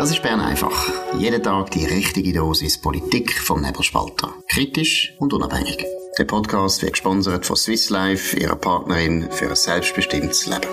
Das ist Bern einfach. Jeden Tag die richtige Dosis Politik vom Nebelspalter. Kritisch und unabhängig. Der Podcast wird gesponsert von Swiss Life, ihrer Partnerin für ein selbstbestimmtes Leben.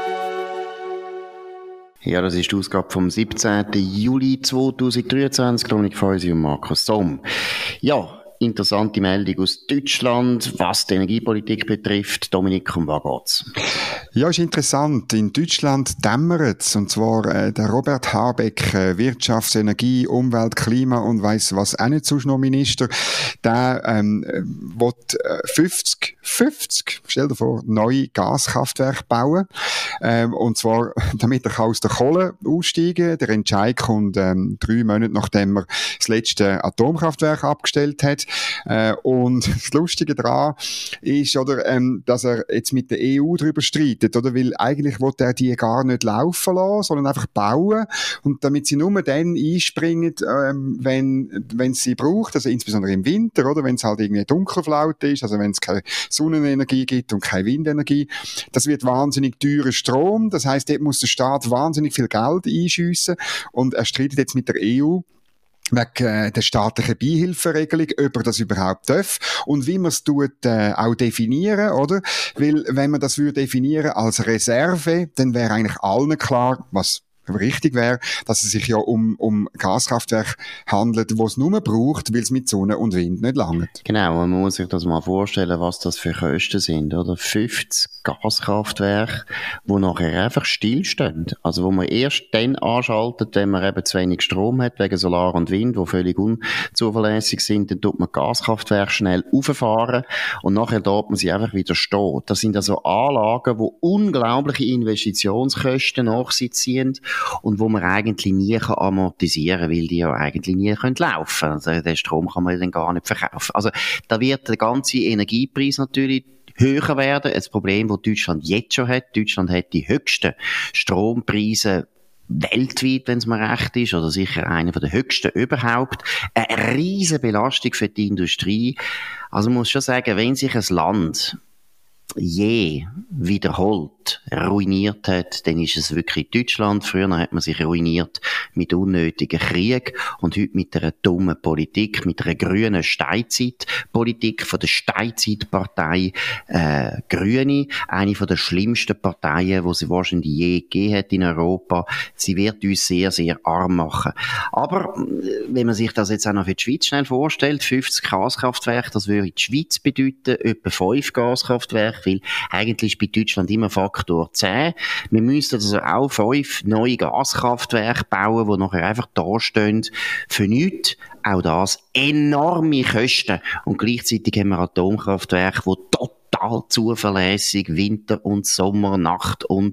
Ja, das ist die Ausgabe vom 17. Juli 2023. Dominik Feusi und Markus Somm. Ja, interessante Meldung aus Deutschland, was die Energiepolitik betrifft. Dominik, um was geht's? Ja, ist interessant. In Deutschland dämmert's. Und zwar der Robert Habeck, Wirtschafts-, Energie-, Umwelt-, Klima- und weiss was auch nicht sonst noch Minister, der will 50, stell dir vor, neue Gaskraftwerke bauen. Und zwar, damit er aus der Kohle aussteigen kann. Der Entscheid kommt 3 Monate, nachdem er das letzte Atomkraftwerk abgestellt hat. Und das Lustige daran ist, oder, dass er jetzt mit der EU darüber streitet, oder? Weil eigentlich will er die gar nicht laufen lassen, sondern einfach bauen. Und damit sie nur dann einspringen, wenn sie braucht, also insbesondere im Winter, oder? Wenn es halt irgendwie dunkelflaut ist, also wenn es keine Sonnenenergie gibt und keine Windenergie. Das wird wahnsinnig teurer Strom. Das heisst, dort muss der Staat wahnsinnig viel Geld einschiessen. Und er streitet jetzt mit der EU wegen der staatlichen Beihilferegelung, ob er das überhaupt darf und wie man es auch definieren, oder? Weil, wenn man das definieren als Reserve, dann wäre eigentlich allen klar, was richtig wäre, dass es sich ja um Gaskraftwerke handelt, wo es nur braucht, weil es mit Sonne und Wind nicht langt. Genau, man muss sich das mal vorstellen, was das für Kosten sind, oder? 50 Gaskraftwerke, die nachher einfach stillstehen. Also, wo man erst dann anschaltet, wenn man eben zu wenig Strom hat, wegen Solar und Wind, die völlig unzuverlässig sind, dann tut man Gaskraftwerke schnell auffahren und nachher tut man sie einfach wieder stehen. Das sind also Anlagen, die unglaubliche Investitionskosten nach sich ziehen und wo man eigentlich nie amortisieren kann, weil die ja eigentlich nie laufen können. Also den Strom kann man dann gar nicht verkaufen. Also da wird der ganze Energiepreis natürlich höher werden. Ein Problem, das Deutschland jetzt schon hat. Deutschland hat die höchsten Strompreise weltweit, wenn es mir recht ist, oder sicher einer der höchsten überhaupt. Eine riesige Belastung für die Industrie. Also man muss schon sagen, wenn sich ein Land je wiederholt ruiniert hat, dann ist es wirklich Deutschland. Früher hat man sich ruiniert mit unnötigen Krieg und heute mit einer dummen Politik, mit einer grünen Steinzeitpolitik von der Steinzeitpartei Grüne, eine von der schlimmsten Parteien, die sie wahrscheinlich je gegeben hat in Europa. Sie wird uns sehr, sehr arm machen. Aber wenn man sich das jetzt auch noch für die Schweiz schnell vorstellt, 50 Gaskraftwerke, das würde die Schweiz bedeuten, etwa 5 Gaskraftwerke, weil eigentlich ist bei Deutschland immer Faktor 10. Wir müssten also auch 5 neue Gaskraftwerke bauen, die nachher einfach da stehen für nichts. Auch das enorme Kosten. Und gleichzeitig haben wir Atomkraftwerke, die total zuverlässig Winter und Sommer, Nacht und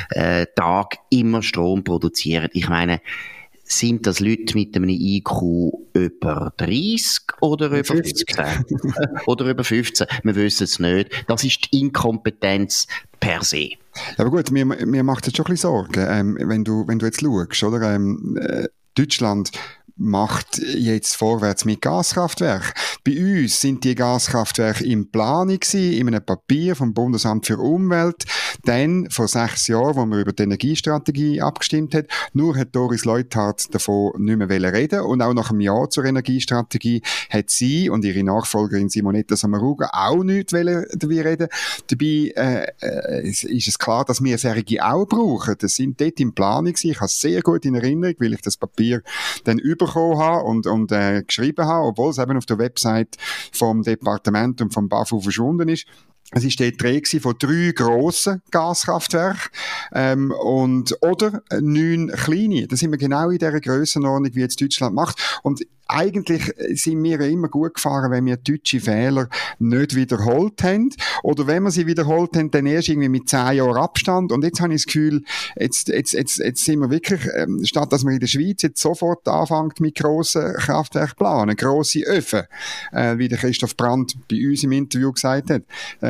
Tag immer Strom produzieren. Ich meine, sind das Leute mit einem IQ über 30 oder über 15? Oder über 15? Wir wissen es nicht. Das ist die Inkompetenz per se. Ja, aber gut, mir macht jetzt schon ein bisschen Sorgen, wenn du jetzt schaust, oder? Deutschland macht jetzt vorwärts mit Gaskraftwerken. Bei uns sind die Gaskraftwerke in Planung gewesen, in einem Papier vom Bundesamt für Umwelt. Dann, vor 6 Jahren, wo man über die Energiestrategie abgestimmt hat, nur hat Doris Leuthard davon nicht mehr reden. Und auch nach einem Jahr zur Energiestrategie hat sie und ihre Nachfolgerin Simonetta Sommaruga auch nicht dabei reden. Dabei ist es klar, dass wir solche auch brauchen. Das sind dort in Planung gewesen. Ich habe es sehr gut in Erinnerung, weil ich das Papier dann bekommen habe und geschrieben habe, obwohl es eben auf der Website vom Departement und vom BAFU verschwunden ist. Es war dort die Rede von 3 grossen Gaskraftwerken oder 9 kleine. Da sind wir genau in dieser Grössenordnung, wie jetzt Deutschland macht. Und eigentlich sind wir immer gut gefahren, wenn wir deutsche Fehler nicht wiederholt haben. Oder wenn wir sie wiederholt haben, dann erst irgendwie mit 10 Jahren Abstand. Und jetzt habe ich das Gefühl, jetzt sind wir wirklich, statt dass man in der Schweiz jetzt sofort anfängt mit grossen Kraftwerken planen, grosse Öfen, wie der Christoph Brandt bei uns im Interview gesagt hat,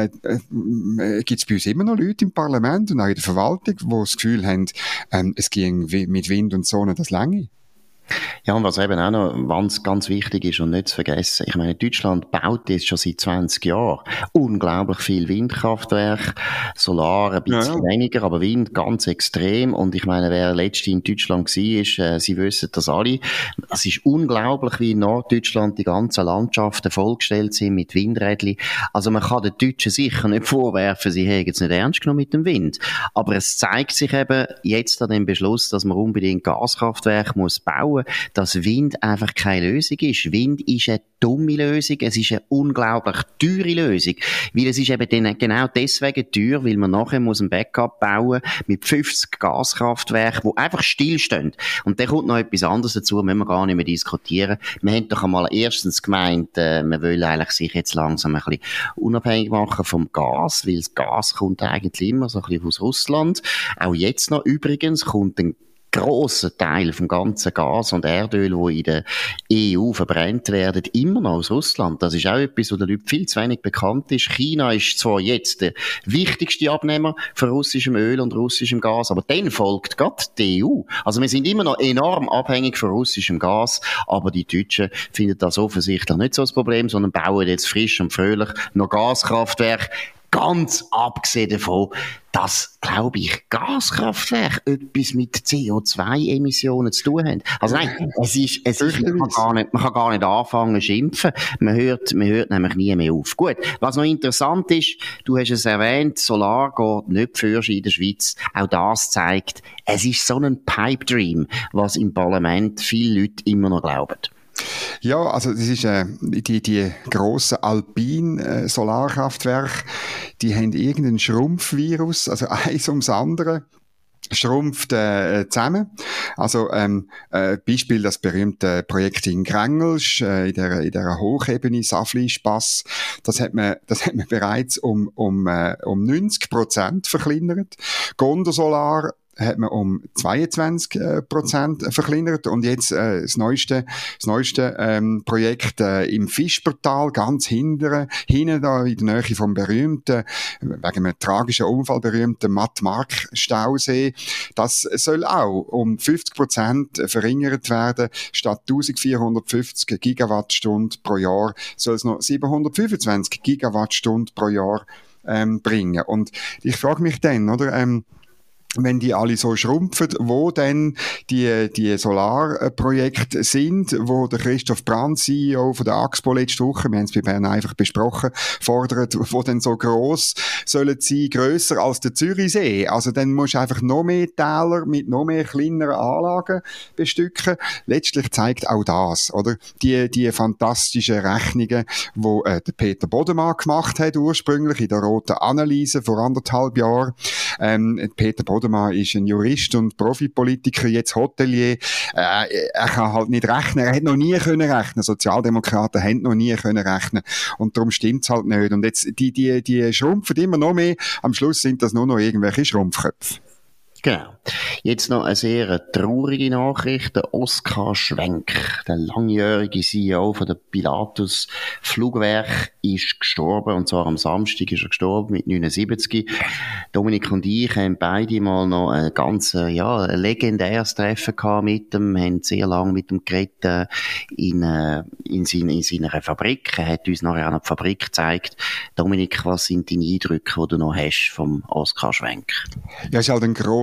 gibt es bei uns immer noch Leute im Parlament und auch in der Verwaltung, die das Gefühl haben, es ging mit Wind und Sonne das lange. Ja, und was eben auch noch ganz, ganz wichtig ist und nicht zu vergessen, ich meine, Deutschland baut jetzt schon seit 20 Jahren unglaublich viel Windkraftwerke, Solar ein bisschen weniger, aber Wind ganz extrem. Und ich meine, wer letztens in Deutschland war, sie wissen das alle. Es ist unglaublich, wie in Norddeutschland die ganzen Landschaften vollgestellt sind mit Windrädchen. Also man kann den Deutschen sicher nicht vorwerfen, sie hätten es nicht ernst genommen mit dem Wind. Aber es zeigt sich eben jetzt an dem Beschluss, dass man unbedingt Gaskraftwerke muss bauen, dass Wind einfach keine Lösung ist. Wind ist eine dumme Lösung, es ist eine unglaublich teure Lösung, weil es ist eben genau deswegen teuer, weil man nachher muss ein Backup bauen mit 50 Gaskraftwerken, die einfach stillstehen. Und dann kommt noch etwas anderes dazu, müssen wir gar nicht mehr diskutieren. Wir haben doch einmal erstens gemeint, wir wollen eigentlich sich jetzt langsam ein bisschen unabhängig machen vom Gas, weil das Gas kommt eigentlich immer so ein bisschen aus Russland. Auch jetzt noch übrigens kommt ein grosser Teil vom ganzen Gas und Erdöl, wo in der EU verbrennt werden, immer noch aus Russland. Das ist auch etwas, was den Leuten viel zu wenig bekannt ist. China ist zwar jetzt der wichtigste Abnehmer von russischem Öl und russischem Gas, aber dann folgt gerade die EU. Also wir sind immer noch enorm abhängig von russischem Gas, aber die Deutschen finden das offensichtlich nicht so das Problem, sondern bauen jetzt frisch und fröhlich noch Gaskraftwerke. Ganz abgesehen davon, dass, glaube ich, Gaskraftwerke etwas mit CO2-Emissionen zu tun haben. Also nein, man kann gar nicht anfangen zu schimpfen. Man hört nämlich nie mehr auf. Gut, was noch interessant ist, du hast es erwähnt, Solar geht nicht für in der Schweiz. Auch das zeigt, es ist so ein Pipe Dream, was im Parlament viele Leute immer noch glauben. Ja, also das ist die grossen Alpin-Solarkraftwerke, die haben irgendein Schrumpfvirus, also eins ums andere schrumpft zusammen. Also Beispiel das berühmte Projekt in Grengelsch, in der Hochebene Saflischpass, das hat man bereits um 90% verkleinert. Gondosolar hat man um 22% verkleinert. Und jetzt das neueste Projekt im Fischportal, ganz hinten da in der Nähe vom berühmten, wegen einem tragischen Unfall berühmten Matt-Mark-Stausee. Das soll auch um 50% verringert werden. Statt 1450 Gigawattstunden pro Jahr soll es noch 725 Gigawattstunden pro Jahr bringen. Und ich frage mich dann, oder, wenn die alle so schrumpfen, wo denn die Solarprojekte sind, wo der Christoph Brand, CEO von der AXPO letzte Woche, wir haben es bei Bern einfach besprochen, fordert, wo denn so gross sollen sie, grösser als der Zürichsee. Also dann musst du einfach noch mehr Täler mit noch mehr kleineren Anlagen bestücken. Letztlich zeigt auch das, oder? Die fantastischen Rechnungen, wo der Peter Bodemann gemacht hat, ursprünglich in der Roten Analyse vor 1,5 Jahren. Peter Bodemann ist ein Jurist und Profipolitiker, jetzt Hotelier. Er kann halt nicht rechnen. Er hat noch nie können rechnen. Sozialdemokraten haben noch nie können rechnen. Und darum stimmt's halt nicht. Und jetzt, die schrumpfen immer noch mehr. Am Schluss sind das nur noch irgendwelche Schrumpfköpfe. Genau. Jetzt noch eine sehr traurige Nachricht. Der Oskar Schwenk, der langjährige CEO von der Pilatus Flugwerk, ist gestorben. Und zwar am Samstag ist er gestorben mit 79. Dominik und ich haben beide mal noch ein ganz, ein legendäres Treffen gehabt mit ihm, haben sehr lange mit ihm geredet, in seiner Fabrik. Er hat uns nachher auch noch die Fabrik gezeigt. Dominik, was sind deine Eindrücke, die du noch hast vom Oskar Schwenk? Ja, ist halt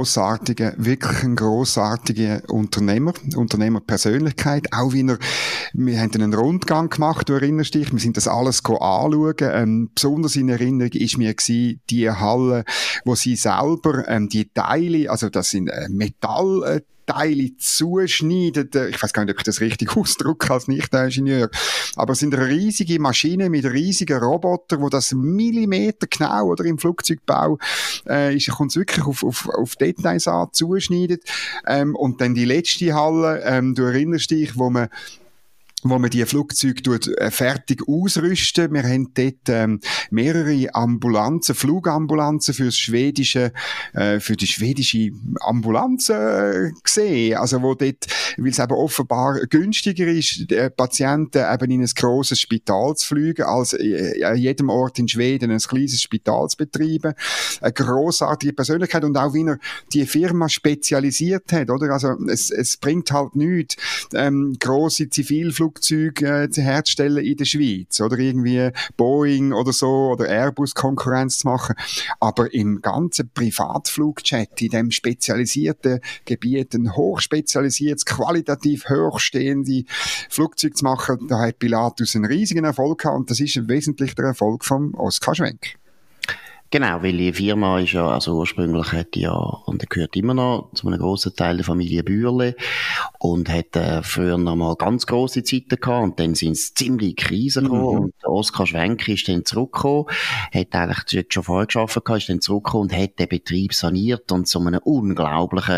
wirklich ein grossartiger Unternehmerpersönlichkeit. Auch wir haben einen Rundgang gemacht, du erinnerst dich, wir sind das alles anschauen. Besonders in Erinnerung ist mir die Halle, wo sie selber die Teile, also das sind Metallteile zuschneiden. Ich weiß gar nicht, ob ich das richtig ausdrücke als Nicht-Ingenieur. Aber es sind riesige Maschinen mit riesigen Robotern, wo das Millimeter genau oder im Flugzeugbau kommt es wirklich auf Details an, zuschneidet. Und dann die letzte Halle, du erinnerst dich, wo man wo man die Flugzeuge fertig ausrüsten. Wir haben dort mehrere Ambulanzen, Flugambulanzen für die schwedische Ambulanz gesehen. Also wo dort, weil es eben offenbar günstiger ist, Patienten eben in ein grosses Spital zu fliegen, als an jedem Ort in Schweden ein kleines Spital zu betreiben. Eine grossartige Persönlichkeit und auch wie er die Firma spezialisiert hat, oder? Also es bringt halt nichts, grosse Zivilflugzeuge herzustellen in der Schweiz oder irgendwie Boeing oder so oder Airbus Konkurrenz zu machen, aber im ganzen Privatflugjet in dem spezialisierten Gebiet ein hochspezialisiertes, qualitativ hochstehende Flugzeug zu machen, da hat Pilatus einen riesigen Erfolg gehabt und das ist ein wesentlicher Erfolg von Oskar Schwenk. Genau, weil die Firma ist ja, also ursprünglich hat die ja, und gehört immer noch zu einem grossen Teil der Familie Bürle und hat früher noch mal ganz grosse Zeiten gehabt und dann sind es ziemlich in Krise gekommen und Oskar Schwenk ist dann zurückgekommen, hat eigentlich schon vorher gearbeitet gehabt, ist dann zurückgekommen und hat den Betrieb saniert und zu einem unglaublichen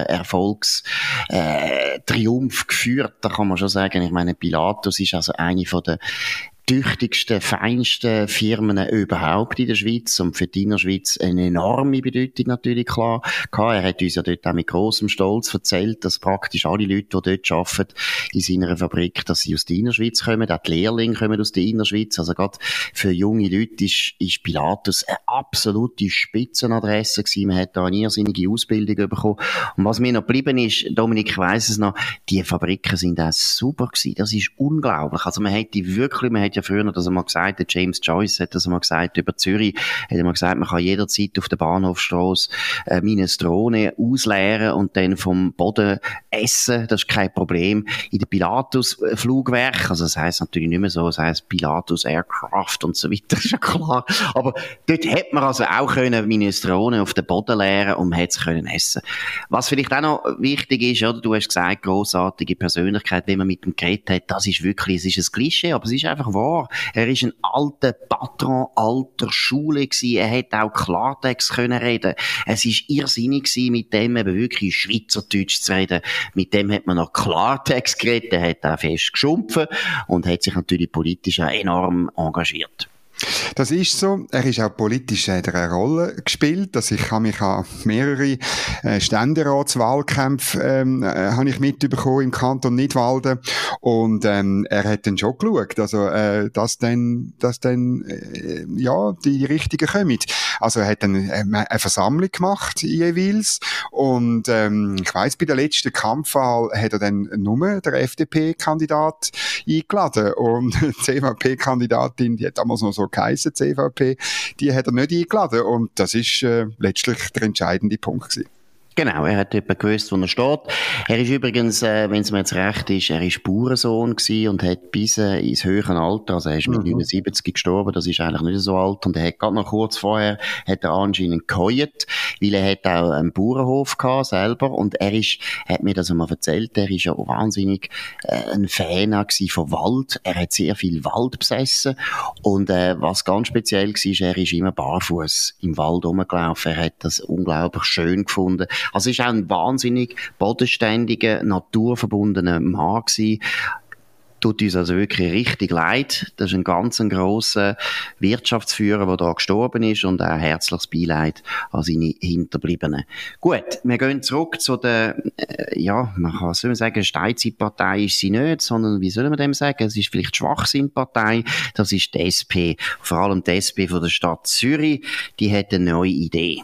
Erfolgstriumph geführt, da kann man schon sagen. Ich meine, Pilatus ist also eine von der tüchtigsten, feinsten Firmen überhaupt in der Schweiz und für die Innerschweiz eine enorme Bedeutung natürlich klar gehabt. Er hat uns ja dort auch mit grossem Stolz erzählt, dass praktisch alle Leute, die dort arbeiten in seiner Fabrik, dass sie aus der Innerschweiz kommen, auch die Lehrlinge kommen aus der Innerschweiz. Also gerade für junge Leute ist Pilatus eine absolute Spitzenadresse gewesen. Man hat da eine irrsinnige Ausbildung bekommen. Und was mir noch geblieben ist, Dominik weiss es noch, die Fabriken sind auch super gewesen. Das ist unglaublich. Also man hat ja früher das einmal gesagt, der James Joyce hat das einmal gesagt, über Zürich, hat einmal gesagt, man kann jederzeit auf der Bahnhofstrasse Minestrone ausleeren und dann vom Boden essen, das ist kein Problem. In der Pilatus-Flugwerk, also das heisst natürlich nicht mehr so, das heisst Pilatus Aircraft und so weiter, das ist ja klar. Aber dort hätte man also auch können Minestrone auf den Boden leeren und man hätte es können essen. Was vielleicht auch noch wichtig ist, oder, du hast gesagt, grossartige Persönlichkeit, wenn man mit ihm geredet hat, das ist wirklich, es ist ein Klischee, aber es ist einfach wahr. Er ist ein alter Patron alter Schule gewesen. Er hätte auch Klartext können reden. Es ist irrsinnig gewesen, mit dem eben wirklich Schweizerdeutsch zu reden. Mit dem hat man noch Klartext geredet. Er hat auch fest geschumpfen und hat sich natürlich politisch auch enorm engagiert. Das ist so. Er ist auch politisch hat er eine Rolle gespielt. Also ich kann mich an mehrere Ständeratswahlkämpfe habe ich mitbekommen im Kanton Nidwalden und er hat dann schon geschaut, also dass dann ja die Richtigen kommen. Also er hat dann eine Versammlung gemacht jeweils und ich weiss, bei der letzten Kampfwahl hat er dann nur der FDP-Kandidat eingeladen und die CVP-Kandidatin, die hat damals noch so geheissen, CVP, die hat er nicht eingeladen und das ist letztlich der entscheidende Punkt gewesen. Genau, er hat etwa gewusst, wo er steht. Er ist übrigens, wenn es mir jetzt recht ist, er ist Bauernsohn gewesen und hat bis ins höhere Alter, also er ist mit 79 gestorben, das ist eigentlich nicht so alt, und er hat gerade noch kurz vorher, hat er anscheinend geheuert, weil er hat auch einen Bauernhof gehabt, selber, und er hat mir das einmal erzählt, er ist ja wahnsinnig ein Fan auch gewesen von Wald, er hat sehr viel Wald besessen, und was ganz speziell war, er ist immer barfuß im Wald rumgelaufen, er hat das unglaublich schön gefunden. Also es war auch ein wahnsinnig bodenständiger, naturverbundener Mann gewesen. Tut uns also wirklich richtig leid. Das ist ein ganz grosser Wirtschaftsführer, der da gestorben ist, und auch herzliches Beileid an seine Hinterbliebenen. Gut, wir gehen zurück zu der, man kann sagen, Steinzeitpartei ist sie nicht, sondern, wie soll man dem sagen, es ist vielleicht die Schwachsinnpartei, das ist die SP. Vor allem die SP von der Stadt Zürich, die hat eine neue Idee.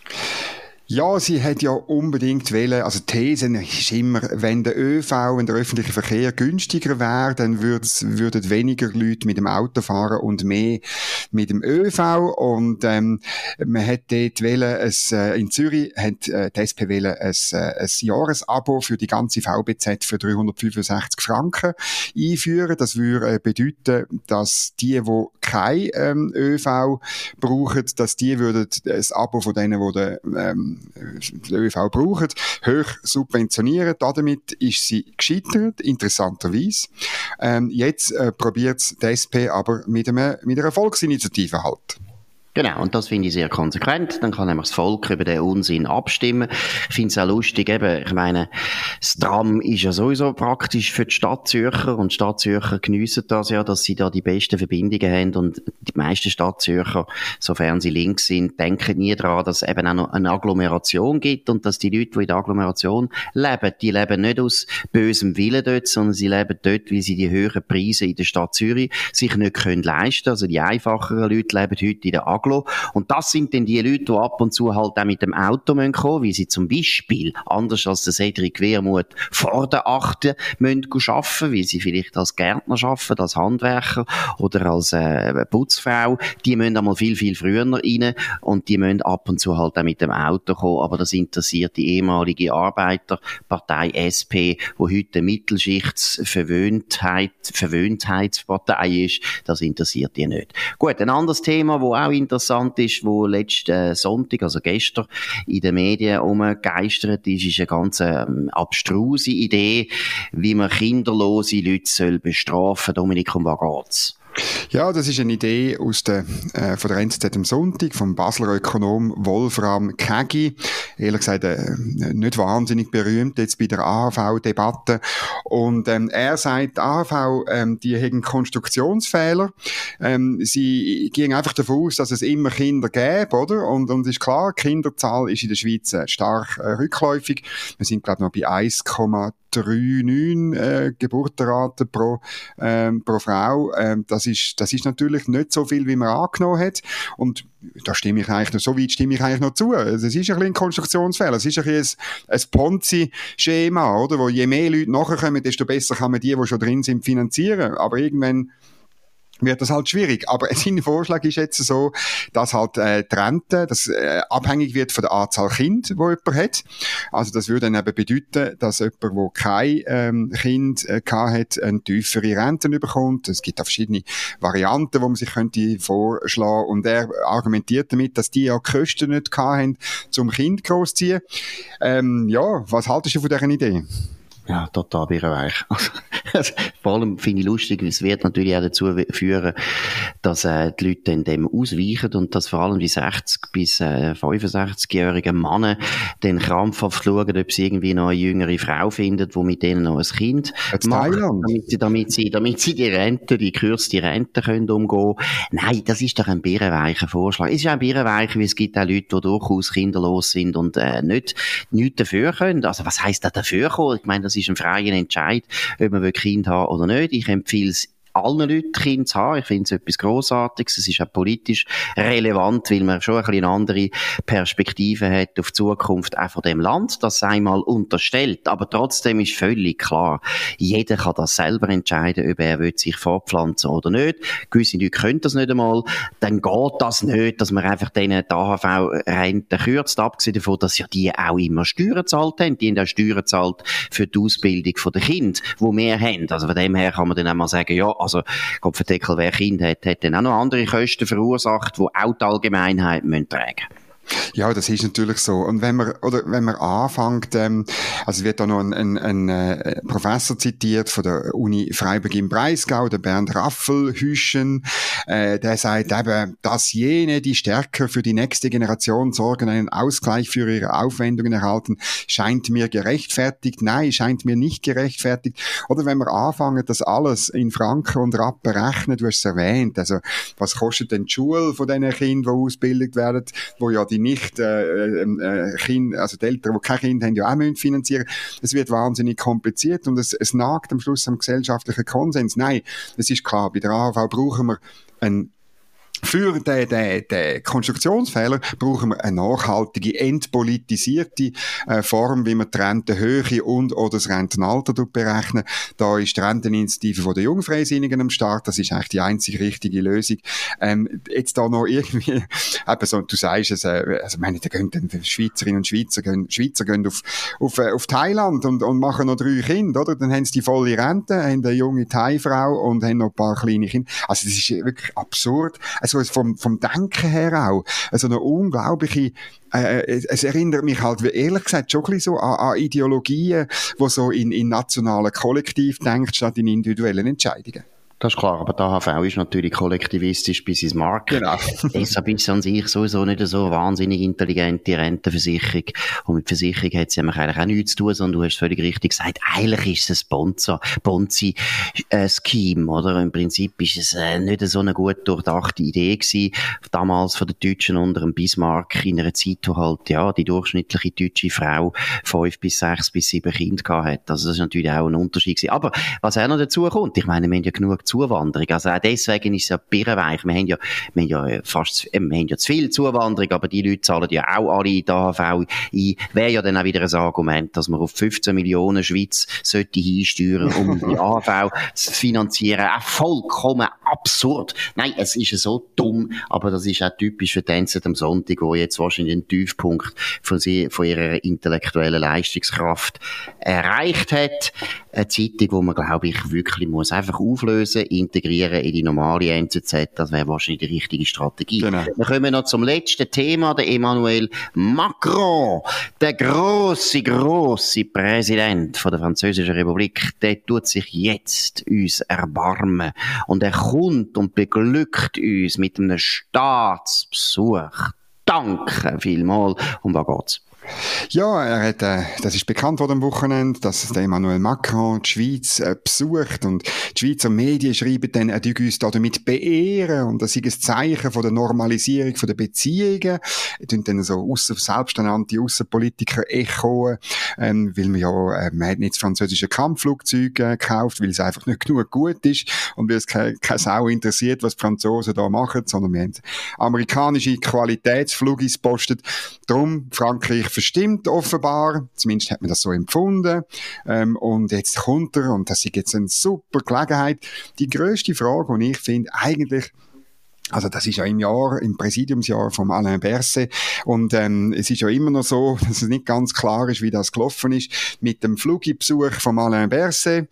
Ja, sie hat ja unbedingt wollen, also die These ist immer, wenn der öffentliche Verkehr günstiger wäre, dann würden weniger Leute mit dem Auto fahren und mehr mit dem ÖV, und man hat dort wollen, in Zürich hat die SP wollen ein Jahresabo für die ganze VBZ für 365 Franken einführen. Das würde bedeuten, dass die kein ÖV brauchen, dass die würden das Abo von denen, die den ÖV brauchen, hoch subventionieren. Damit ist sie gescheitert, interessanterweise. Jetzt probiert die SP aber mit einer Volksinitiative halt. Genau, und das finde ich sehr konsequent. Dann kann nämlich das Volk über den Unsinn abstimmen. Ich finde es auch lustig, eben, ich meine, das Tram ist ja sowieso praktisch für die Stadtzürcher und die Stadtzürcher geniessen das ja, dass sie da die besten Verbindungen haben und die meisten Stadtzürcher, sofern sie links sind, denken nie daran, dass es eben auch noch eine Agglomeration gibt und dass die Leute, die in der Agglomeration leben, die leben nicht aus bösem Willen dort, sondern sie leben dort, weil sie die höheren Preise in der Stadt Zürich sich nicht können leisten. Also die einfacheren Leute leben heute in der Agglo. Und das sind dann die Leute, die ab und zu halt auch mit dem Auto kommen müssen, wie sie zum Beispiel, anders als der Cedric Wermuth, vor der 8. müssen arbeiten, weil sie vielleicht als Gärtner arbeiten, als Handwerker oder als Putzfrau. Die müssen einmal viel, viel früher rein und die müssen ab und zu halt auch mit dem Auto kommen. Aber das interessiert die ehemalige Arbeiterpartei SP, wo heute Mittelschichtsverwöhntheitspartei ist. Das interessiert die nicht. Gut, ein anderes Thema, wo auch interessant ist, wo letzten Sonntag, also gestern, in den Medien umgegeistert ist eine ganz abstruse Idee, wie man kinderlose Leute bestrafen soll. Dominik, um was geht's? Ja, das ist eine Idee von der NZZ am Sonntag, vom Basler Ökonom Wolfram Kägi. Ehrlich gesagt, nicht wahnsinnig berühmt jetzt bei der AHV-Debatte. Und er sagt, AHV, die haben Konstruktionsfehler. Sie gehen einfach davon aus, dass es immer Kinder gäbe, oder? Und ist klar, die Kinderzahl ist in der Schweiz stark rückläufig. Wir sind, glaube ich, noch bei 1,39 Geburtenrate pro Frau. Das ist natürlich nicht so viel, wie man angenommen hat. Und da stimme ich eigentlich noch, so weit stimme ich eigentlich noch zu. Es ist ein bisschen ein Konstruktionsfehler. Es ist ein bisschen ein Ponzi-Schema, oder? Wo je mehr Leute nachkommen, desto besser kann man die schon drin sind, finanzieren. Aber irgendwann wird das halt schwierig. Aber sein Vorschlag ist jetzt so, dass halt die Rente abhängig wird von der Anzahl Kinder, die jemand hat. Also das würde dann eben bedeuten, dass jemand, der kein Kind hat, eine tiefere Rente bekommt. Es gibt auch verschiedene Varianten, die man sich könnte vorschlagen. Und er argumentiert damit, dass die ja die Kosten nicht hatten, zum Kind großziehen. Ja, was haltest du von dieser Idee? Ja, total birrenweich. Also, vor allem finde ich lustig, es wird natürlich auch dazu führen, dass die Leute dann dem ausweichen und dass vor allem die 60- bis 65-jährigen Männer dann krampfhaft schauen, ob sie irgendwie noch eine jüngere Frau finden, die mit denen noch ein Kind macht, damit sie die Rente, die gekürzte Rente können umgehen. Nein, das ist doch ein birrenweicher Vorschlag. Es ist auch ein birrenweich, weil es gibt auch Leute, die durchaus kinderlos sind und nichts dafür können. Also was heisst da dafür kommen? Ich meine, das ist ein freier Entscheid, ob man Kind haben oder nicht. Ich empfehle es allen Leuten Kinder zu haben. Ich finde es etwas Grossartiges. Es ist auch politisch relevant, weil man schon ein bisschen eine andere Perspektive hat auf die Zukunft auch von dem Land. Das sei mal unterstellt. Aber trotzdem ist völlig klar, jeder kann das selber entscheiden, ob er sich fortpflanzen oder nicht. Gewisse Leute können das nicht einmal. Dann geht das nicht, dass man einfach denen die AHV-Rente kürzt. Abgesehen davon, dass ja die auch immer Steuern gezahlt haben. Die haben auch Steuern gezahlt für die Ausbildung der Kinder, die wir haben. Also von dem her kann man dann auch mal sagen, ja, also Kopfendeckel, wer Kind hat dann auch noch andere Kosten verursacht, die auch die Allgemeinheit tragen müssen. Ja, das ist natürlich so. Und wenn man anfängt, also es wird da noch ein Professor zitiert von der Uni Freiburg im Breisgau, der Bernd Raffelhüschen, der sagt eben, dass jene, die stärker für die nächste Generation sorgen, einen Ausgleich für ihre Aufwendungen erhalten, scheint mir gerechtfertigt. Nein, scheint mir nicht gerechtfertigt. Oder wenn wir anfangen, das alles in Franken und Rappen rechnen, du hast es erwähnt, also was kostet denn die Schule von diesen Kindern, die ausgebildet werden, wo ja die nicht Kinder, also die Eltern, die kein Kind haben, ja auch müssen finanzieren. Es wird wahnsinnig kompliziert und es nagt am Schluss am gesellschaftlichen Konsens. Nein, es ist klar, bei der AHV brauchen wir für den Konstruktionsfehler brauchen wir eine nachhaltige, entpolitisierte Form, wie man die Rentenhöhe und/oder das Rentenalter berechnen. Da ist die Renteninitiative von der Jungfreisinnigen am Start. Das ist eigentlich die einzig richtige Lösung. Jetzt da noch irgendwie, eben so, du sagst es, also meine, da gehen dann Schweizerinnen und Schweizer gehen auf Thailand und machen noch 3 Kinder, oder? Dann haben sie die volle Rente, haben eine junge Thai-Frau und haben noch ein paar kleine Kinder. Also das ist wirklich absurd. Also vom Denken her auch, also eine unglaubliche, es erinnert mich halt, ehrlich gesagt, schon ein bisschen so an Ideologien, die so in nationalen Kollektiv denkt, statt in individuellen Entscheidungen. Das ist klar, aber die AHV ist natürlich kollektivistisch bis ins Mark. Genau. Deshalb ist es an sich sowieso nicht so wahnsinnig intelligente Rentenversicherung. Und mit Versicherung hat sie eigentlich auch nichts zu tun, sondern du hast völlig richtig gesagt, eigentlich ist es ein Bonzi-Scheme, oder? Im Prinzip ist es nicht so eine gut durchdachte Idee gewesen, damals von den Deutschen unter dem Bismarck, in einer Zeit, wo halt, ja, die durchschnittliche deutsche Frau 5 bis 6 bis 7 Kinder gehabt hat. Also das ist natürlich auch ein Unterschied gewesen. Aber was auch noch dazu kommt, ich meine, wir haben ja genug Zuwanderung. Also auch deswegen ist es ja birrenweich. Wir haben ja zu viel Zuwanderung, aber die Leute zahlen ja auch alle in die AHV ein. Wäre ja dann auch wieder ein Argument, dass man auf 15 Millionen Schweiz sollte hinsteuern, um die AHV zu finanzieren. Auch vollkommen absurd. Nein, es ist so dumm, aber das ist auch typisch für die NZZ am Sonntag, wo jetzt wahrscheinlich den Tiefpunkt von ihrer intellektuellen Leistungskraft erreicht hat. Eine Zeitung, wo man, glaube ich, wirklich muss einfach auflösen, integrieren in die normale NZZ. Das wäre wahrscheinlich die richtige Strategie. Genau. Wir kommen noch zum letzten Thema, der Emmanuel Macron, der grosse Präsident von der Französischen Republik, der tut sich jetzt uns erbarmen. Und er kommt und beglückt uns mit einem Staatsbesuch. Danke vielmals. Um was geht's? Ja, das ist bekannt worden am Wochenende, dass der Emmanuel Macron die Schweiz besucht und die Schweizer Medien schreiben dann, er dürfe uns damit beehren und das ist ein Zeichen von der Normalisierung der Beziehungen. Dann so selbsternannte Aussenpolitiker echoen, weil man hat nicht das französische Kampfflugzeug gekauft, weil es einfach nicht genug gut ist und weil es keine Sau interessiert, was die Franzosen da machen, sondern wir haben amerikanische Qualitätsflugis gepostet. Darum, Frankreich verstimmt offenbar, zumindest hat man das so empfunden, und jetzt kommt er, und das ist jetzt eine super Gelegenheit. Die grösste Frage, die ich finde, eigentlich, also das ist ja im Präsidiumsjahr von Alain Berset und es ist ja immer noch so, dass es nicht ganz klar ist, wie das gelaufen ist mit dem Flugbesuch von Alain Berset.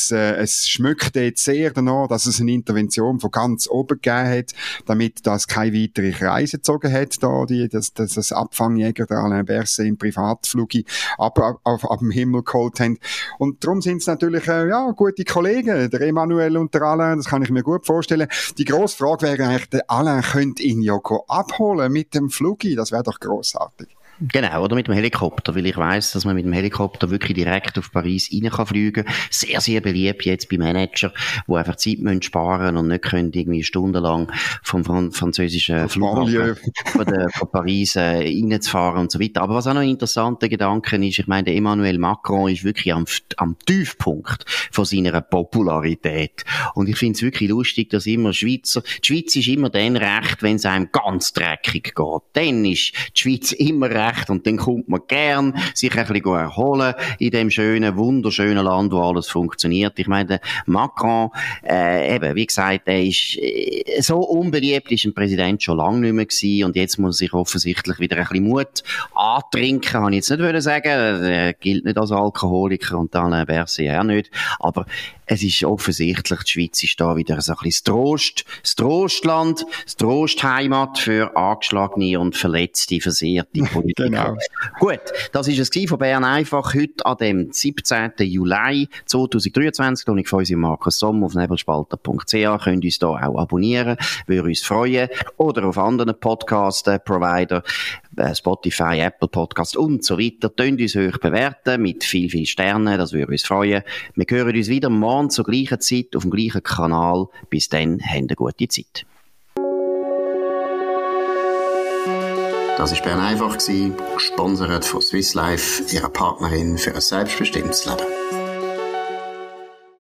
Es schmückt jetzt sehr danach, dass es eine Intervention von ganz oben gegeben hat, damit das keine weitere Kreise gezogen hat, das Abfangjäger der Alain Berset im Privatflug ab dem Himmel geholt haben. Und darum sind es natürlich gute Kollegen, der Emmanuel und der Alain, das kann ich mir gut vorstellen. Die grosse Frage wäre, der Alain könnte ihn ja abholen mit dem Flugi, das wäre doch grossartig. Genau, oder mit dem Helikopter, weil ich weiss, dass man mit dem Helikopter wirklich direkt auf Paris rein kann fliegen. Sehr, sehr beliebt jetzt bei Managern, die einfach Zeit müssen sparen und nicht können irgendwie stundenlang vom französischen Flughafen von Paris reinzufahren und so weiter. Aber was auch noch ein interessanter Gedanke ist, ich meine, der Emmanuel Macron ist wirklich am Tiefpunkt von seiner Popularität. Und ich finde es wirklich lustig, dass die Schweiz ist immer dann recht, wenn es einem ganz dreckig geht. Dann ist die Schweiz immer recht und dann kommt man gern sich ein bisschen erholen in dem schönen, wunderschönen Land, wo alles funktioniert. Ich meine, Macron, eben, wie gesagt, er ist so unbeliebt ist ein Präsident schon lange nicht mehr gewesen und jetzt muss er sich offensichtlich wieder ein bisschen Mut antrinken, kann ich jetzt nicht sagen. Er gilt nicht als Alkoholiker und dann Berset auch nicht, aber es ist offensichtlich, die Schweiz ist da wieder so ein bisschen das Trostland, das Trostheimat für angeschlagene und verletzte, versehrte Politiker. Genau. Gut, das ist es von Bern einfach heute an dem 17. Juli 2023. Und ich freue mich, Markus Somm auf nebelspalter.ch. Könnt uns da auch abonnieren, würde uns freuen. Oder auf anderen Podcast-Provider, Spotify, Apple Podcast und so weiter. Könnt uns hoch bewerten mit viel Sternen, das würde uns freuen. Wir hören uns wieder morgen zur gleichen Zeit auf dem gleichen Kanal. Bis dann, habt eine gute Zeit. Das war Bern einfach, gesponsert von Swiss Life, ihrer Partnerin für ein selbstbestimmtes Leben.